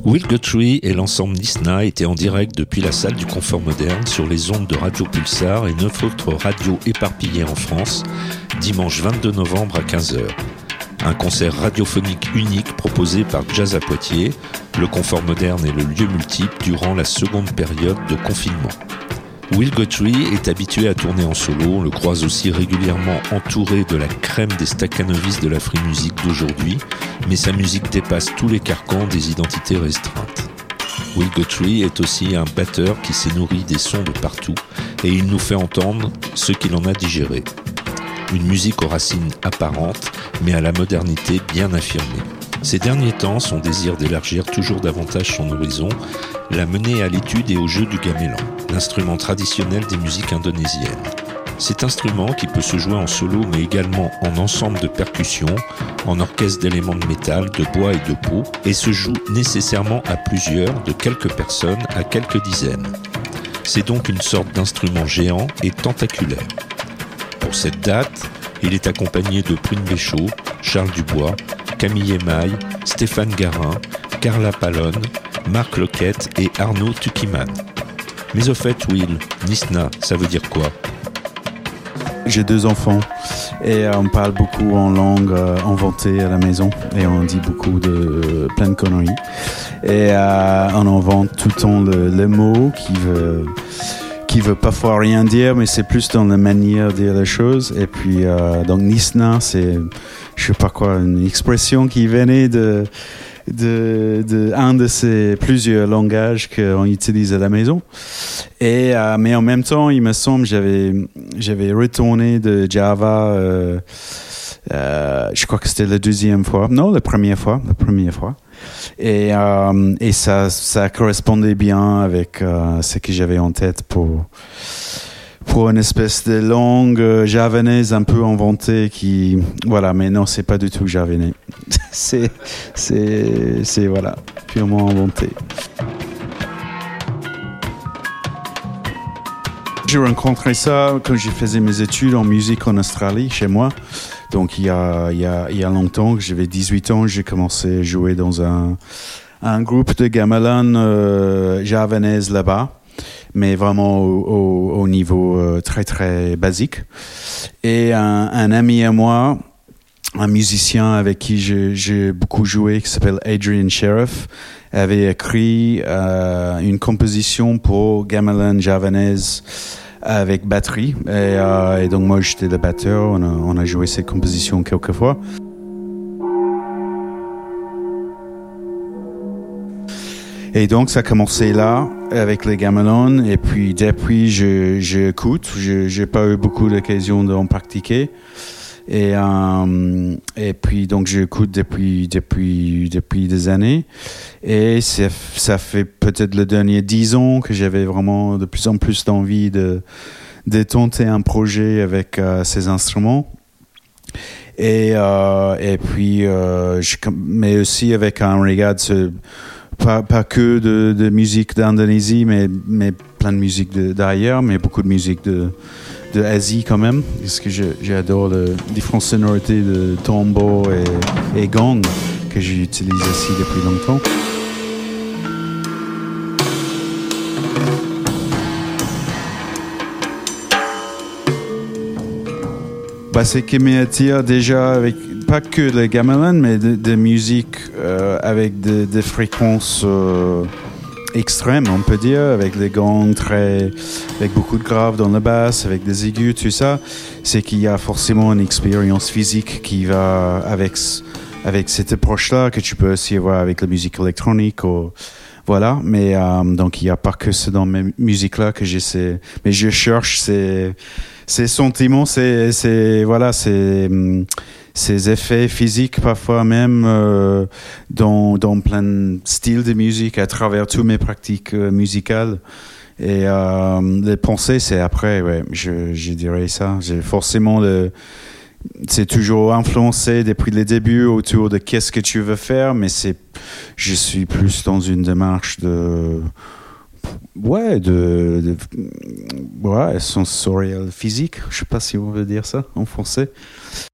Will Guthrie et l'ensemble Nisna étaient en direct depuis la salle du Confort Moderne sur les ondes de Radio Pulsar et 9 autres radios éparpillées en France, dimanche 22 novembre à 15h. Un concert radiophonique unique proposé par Jazz à Poitiers. Le Confort Moderne est le lieu multiple durant la seconde période de confinement. Will Guthrie est habitué à tourner en solo, on le croise aussi régulièrement entouré de la crème des staccanovistes de la free music d'aujourd'hui, mais sa musique dépasse tous les carcans des identités restreintes. Will Guthrie est aussi un batteur qui s'est nourri des sons de partout, et il nous fait entendre ce qu'il en a digéré. Une musique aux racines apparentes, mais à la modernité bien affirmée. Ces derniers temps, son désir d'élargir toujours davantage son horizon l'a mené à l'étude et au jeu du gamelan, l'instrument traditionnel des musiques indonésiennes. Cet instrument, qui peut se jouer en solo mais également en ensemble de percussions, en orchestre d'éléments de métal, de bois et de peau, et se joue nécessairement à plusieurs, de quelques personnes à quelques dizaines. C'est donc une sorte d'instrument géant et tentaculaire. Pour cette date, il est accompagné de Prune Béchaud, Charles Dubois, Camille Emaille, Stéphane Garin, Carla Pallone, Marc Loquette et Arnaud Tukiman. Mais au fait, Will, Nisna, ça veut dire quoi ? J'ai 2 enfants et on parle beaucoup en langue inventée à la maison et on dit beaucoup de plein de conneries. Et on invente tout le temps le mot qui veut parfois rien dire, mais c'est plus dans la manière de dire les choses. Et puis, donc Nisna, c'est, je sais pas quoi, une expression qui venait de un de ces plusieurs langages qu'on utilise à la maison. Et mais en même temps, il me semble, j'avais retourné de Java. Je crois que c'était la première fois. Et ça correspondait bien avec ce que j'avais en tête pour une espèce de langue javanaise un peu inventée qui, voilà, mais non, c'est pas du tout javanais. c'est voilà, purement inventé. J'ai rencontré ça quand je faisais mes études en musique en Australie, chez moi. Donc il y a longtemps, que j'avais 18 ans, j'ai commencé à jouer dans un groupe de gamelan javanaise là-bas, mais vraiment au niveau très très basique. Et un ami à moi, un musicien avec qui j'ai beaucoup joué, qui s'appelle Adrian Sheriff, avait écrit une composition pour gamelan javanaise avec batterie. Et donc moi j'étais le batteur, on a joué cette composition quelques fois. Et donc ça a commencé là avec les gamelans, et puis depuis j'écoute, j'ai pas eu beaucoup d'occasion d'en pratiquer. Et puis donc j'écoute depuis des années, et ça fait peut-être les derniers 10 ans que j'avais vraiment de plus en plus d'envie de tenter un projet avec ces instruments, et puis mais aussi avec un regard pas que de musique d'Indonésie, mais plein de musique d'ailleurs, mais beaucoup de musique de Asie quand même, parce que j'adore les différentes sonorités de tambour et gong que j'utilise aussi depuis longtemps. C'est qui m'attire déjà avec pas que le gamelan, mais de musique avec des fréquences extrêmes, on peut dire, avec des gongs avec beaucoup de graves dans la basse, avec des aigus, tout ça. C'est qu'il y a forcément une expérience physique qui va avec cette approche-là, que tu peux aussi avoir avec la musique électronique. Voilà, mais donc il n'y a pas que ce dans mes musiques-là que j'essaie. Mais je cherche ces sentiments, ces effets physiques parfois même dans plein de styles de musique à travers toutes mes pratiques musicales. Et les pensées, c'est après, ouais, je dirais ça. J'ai forcément c'est toujours influencé depuis le début autour de qu'est-ce que tu veux faire, mais je suis plus dans une démarche sensorielle physique. Je sais pas si on veut dire ça en français.